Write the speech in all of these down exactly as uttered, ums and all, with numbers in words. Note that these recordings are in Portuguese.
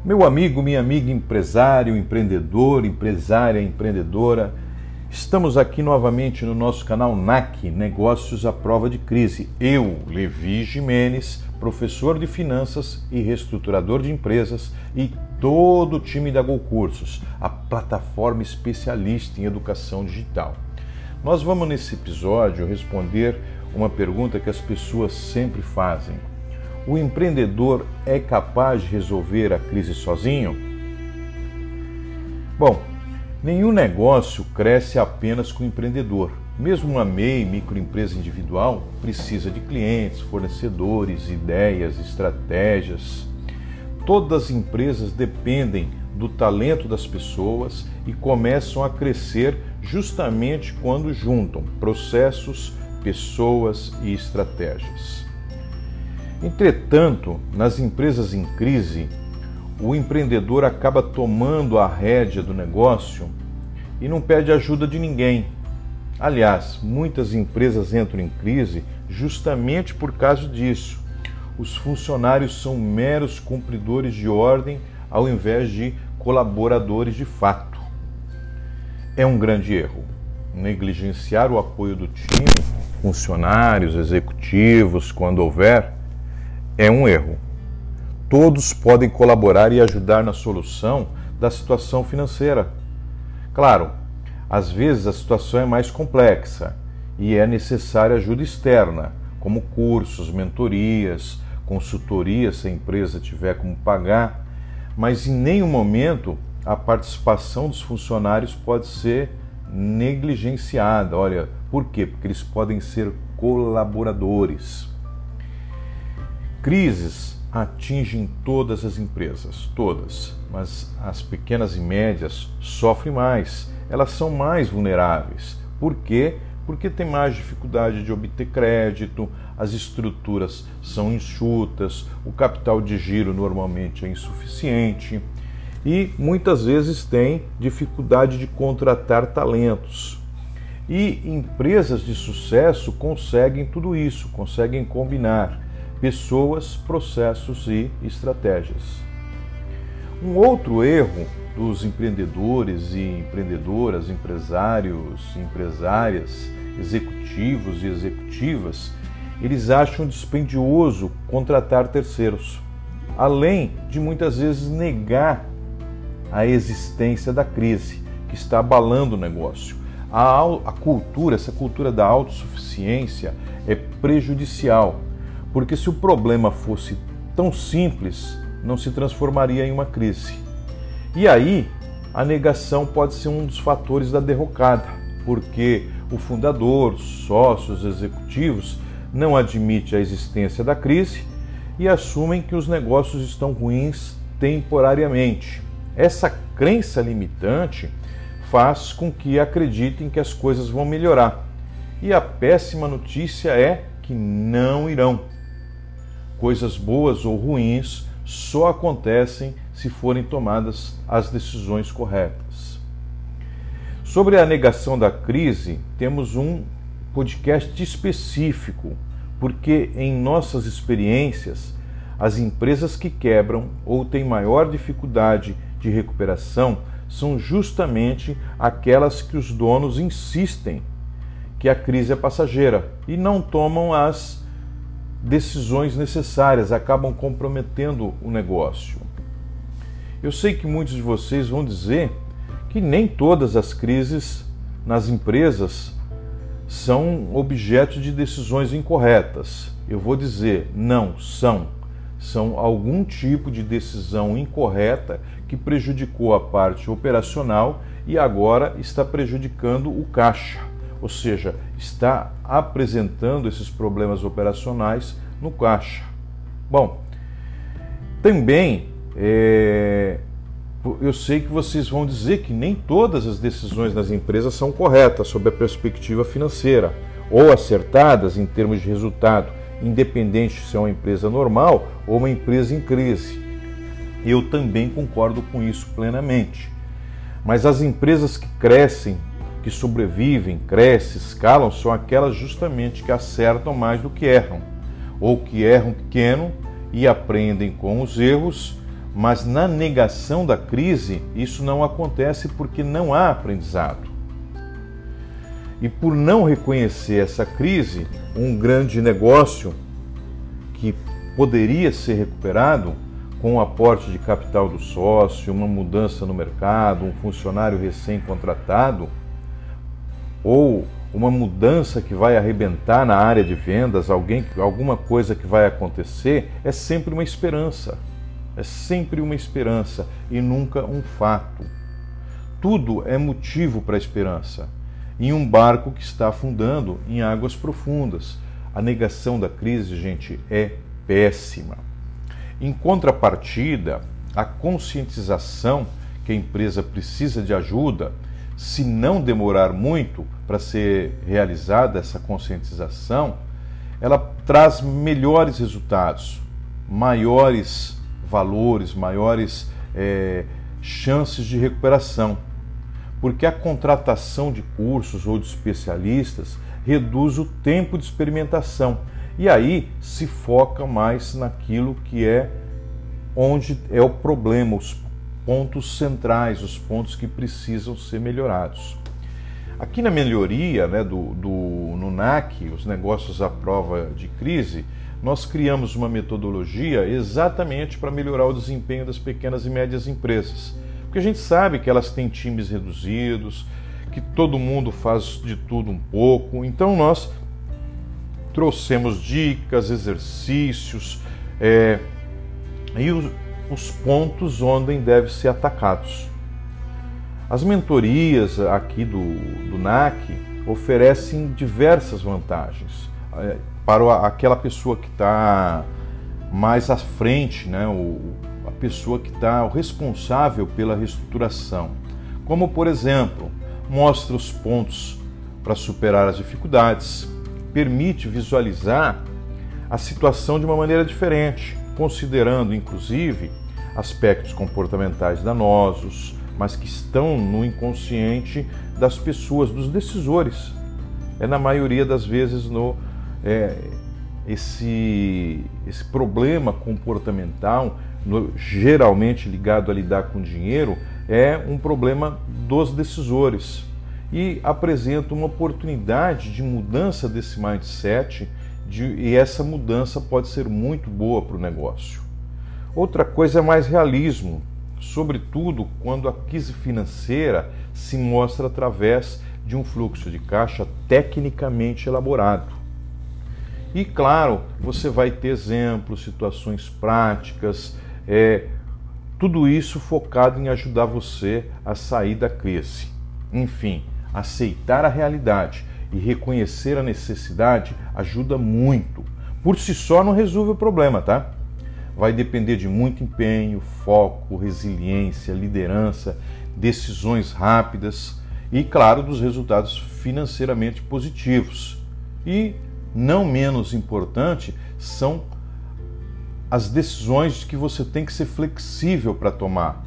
Meu amigo, minha amiga empresário, empreendedor, empresária, empreendedora, estamos aqui novamente no nosso canal N A C, Negócios à Prova de Crise. Eu, Levi Jimenez, professor de finanças e reestruturador de empresas, e todo o time da Go Cursos, a plataforma especialista em educação digital. Nós vamos nesse episódio responder uma pergunta que as pessoas sempre fazem. O empreendedor é capaz de resolver a crise sozinho? Bom, nenhum negócio cresce apenas com o empreendedor. Mesmo uma M E I, microempresa individual, precisa de clientes, fornecedores, ideias, estratégias. Todas as empresas dependem do talento das pessoas e começam a crescer justamente quando juntam processos, pessoas e estratégias. Entretanto, nas empresas em crise, o empreendedor acaba tomando a rédea do negócio e não pede ajuda de ninguém. Aliás, muitas empresas entram em crise justamente por causa disso. Os funcionários são meros cumpridores de ordem ao invés de colaboradores de fato. É um grande erro negligenciar o apoio do time, funcionários, executivos, quando houver. É um erro. Todos podem colaborar e ajudar na solução da situação financeira. Claro, às vezes a situação é mais complexa e é necessária ajuda externa, como cursos, mentorias, consultorias se a empresa tiver como pagar, mas em nenhum momento a participação dos funcionários pode ser negligenciada. Olha, por quê? Porque eles podem ser colaboradores. Crises atingem todas as empresas, todas, mas as pequenas e médias sofrem mais, elas são mais vulneráveis. Por quê? Porque tem mais dificuldade de obter crédito, as estruturas são enxutas, o capital de giro normalmente é insuficiente e muitas vezes tem dificuldade de contratar talentos. E empresas de sucesso conseguem tudo isso, conseguem combinar pessoas, processos e estratégias. Um outro erro dos empreendedores e empreendedoras, empresários, empresárias, executivos e executivas, eles acham dispendioso contratar terceiros, além de muitas vezes negar a existência da crise que está abalando o negócio. A, a cultura, essa cultura da autossuficiência é prejudicial, porque se o problema fosse tão simples, não se transformaria em uma crise. E aí, a negação pode ser um dos fatores da derrocada, porque o fundador, sócios, executivos não admite a existência da crise e assumem que os negócios estão ruins temporariamente. Essa crença limitante faz com que acreditem que as coisas vão melhorar. E a péssima notícia é que não irão. Coisas boas ou ruins só acontecem se forem tomadas as decisões corretas. Sobre a negação da crise, temos um podcast específico, porque em nossas experiências, as empresas que quebram ou têm maior dificuldade de recuperação são justamente aquelas que os donos insistem que a crise é passageira e não tomam as decisões necessárias, acabam comprometendo o negócio. Eu sei que muitos de vocês vão dizer que nem todas as crises nas empresas são objeto de decisões incorretas. Eu vou dizer, não são. São algum tipo de decisão incorreta que prejudicou a parte operacional e agora está prejudicando o caixa. Ou seja, está apresentando esses problemas operacionais no caixa. Bom, também é, eu sei que vocês vão dizer que nem todas as decisões das empresas são corretas sob a perspectiva financeira ou acertadas em termos de resultado, independente se é uma empresa normal ou uma empresa em crise. Eu também concordo com isso plenamente. Mas as empresas que crescem, que sobrevivem, crescem, escalam, são aquelas justamente que acertam mais do que erram, ou que erram pequeno e aprendem com os erros, Mas na negação da crise, isso não acontece porque não há aprendizado. E por não reconhecer essa crise, um grande negócio que poderia ser recuperado com o aporte de capital do sócio, uma mudança no mercado, um funcionário recém-contratado, ou uma mudança que vai arrebentar na área de vendas, alguém, alguma coisa que vai acontecer, é sempre uma esperança. É sempre uma esperança e nunca um fato. Tudo é motivo para a esperança. Em um barco que está afundando em águas profundas. A negação da crise, gente, é péssima. Em contrapartida, a conscientização que a empresa precisa de ajuda, se não demorar muito para ser realizada essa conscientização, ela traz melhores resultados, maiores valores, maiores é, chances de recuperação. Porque a contratação de cursos ou de especialistas reduz o tempo de experimentação e aí se foca mais naquilo que é onde é o problema, os pontos centrais, os pontos que precisam ser melhorados. Aqui na melhoria, né, do, do, no N A C, os negócios à prova de crise, nós criamos uma metodologia exatamente para melhorar o desempenho das pequenas e médias empresas. Porque a gente sabe que elas têm times reduzidos, que todo mundo faz de tudo um pouco. Então nós trouxemos dicas, exercícios é, e os, os pontos onde devem ser atacados. As mentorias aqui do, do N A C oferecem diversas vantagens é, para aquela pessoa que está mais à frente, né, o, a pessoa que está o responsável pela reestruturação. Como, por exemplo, mostra os pontos para superar as dificuldades, permite visualizar a situação de uma maneira diferente, considerando, inclusive, aspectos comportamentais danosos, mas que estão no inconsciente das pessoas, dos decisores. É, na maioria das vezes, no, é, esse, esse problema comportamental, no, geralmente ligado a lidar com dinheiro, é um problema dos decisores e apresenta uma oportunidade de mudança desse mindset de, e essa mudança pode ser muito boa para o negócio. Outra coisa é mais realismo, sobretudo quando a crise financeira se mostra através de um fluxo de caixa tecnicamente elaborado. E claro, você vai ter exemplos, situações práticas, é, tudo isso focado em ajudar você a sair da crise. Enfim, aceitar a realidade e reconhecer a necessidade ajuda muito. Por si só não resolve o problema, tá? Vai depender de muito empenho, foco, resiliência, liderança, decisões rápidas e, claro, dos resultados financeiramente positivos. E, não menos importante, são as decisões que você tem que ser flexível para tomar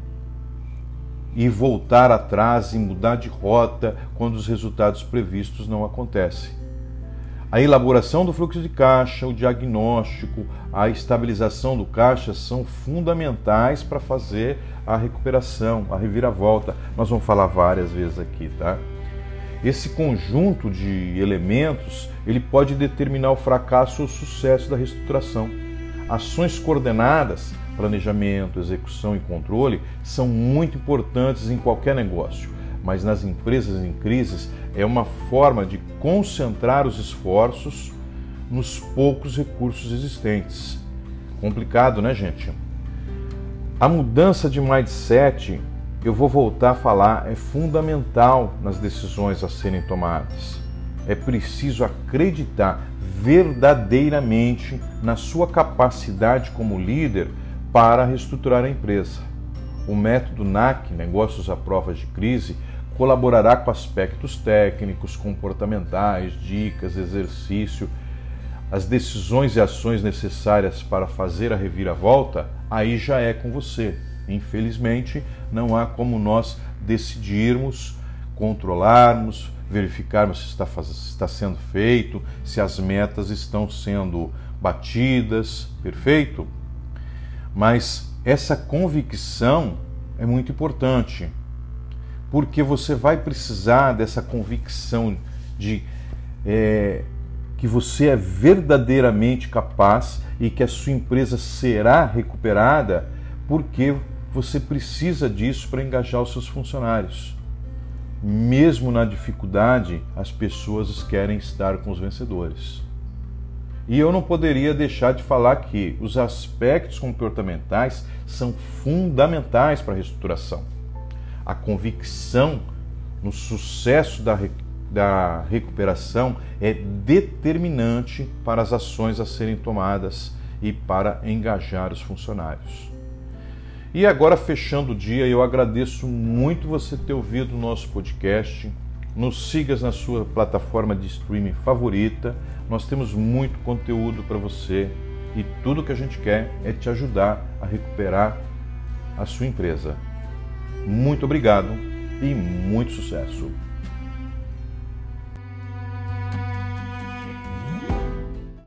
e voltar atrás e mudar de rota quando os resultados previstos não acontecem. A elaboração do fluxo de caixa, o diagnóstico, a estabilização do caixa são fundamentais para fazer a recuperação, a reviravolta. Nós vamos falar várias vezes aqui, tá? Esse conjunto de elementos, ele pode determinar o fracasso ou o sucesso da reestruturação. Ações coordenadas, planejamento, execução e controle, são muito importantes em qualquer negócio, mas nas empresas em crises é uma forma de concentrar os esforços nos poucos recursos existentes. Complicado, né, gente? A mudança de mindset, eu vou voltar a falar, é fundamental nas decisões a serem tomadas. É preciso acreditar verdadeiramente na sua capacidade como líder para reestruturar a empresa. O método N A C, Negócios à Prova de Crise, colaborará com aspectos técnicos, comportamentais, dicas, exercício, as decisões e ações necessárias para fazer a reviravolta, aí já é com você. Infelizmente, não há como nós decidirmos, controlarmos, verificarmos se está, faz... se está sendo feito, se as metas estão sendo batidas, perfeito? Mas essa convicção é muito importante, porque você vai precisar dessa convicção de é, que você é verdadeiramente capaz e que a sua empresa será recuperada, porque você precisa disso para engajar os seus funcionários. Mesmo na dificuldade, as pessoas querem estar com os vencedores. E eu não poderia deixar de falar que os aspectos comportamentais são fundamentais para a reestruturação. A convicção no sucesso da, da recuperação é determinante para as ações a serem tomadas e para engajar os funcionários. E agora, fechando o dia, eu agradeço muito você ter ouvido o nosso podcast. Nos siga na sua plataforma de streaming favorita. Nós temos muito conteúdo para você e tudo que a gente quer é te ajudar a recuperar a sua empresa. Muito obrigado e muito sucesso!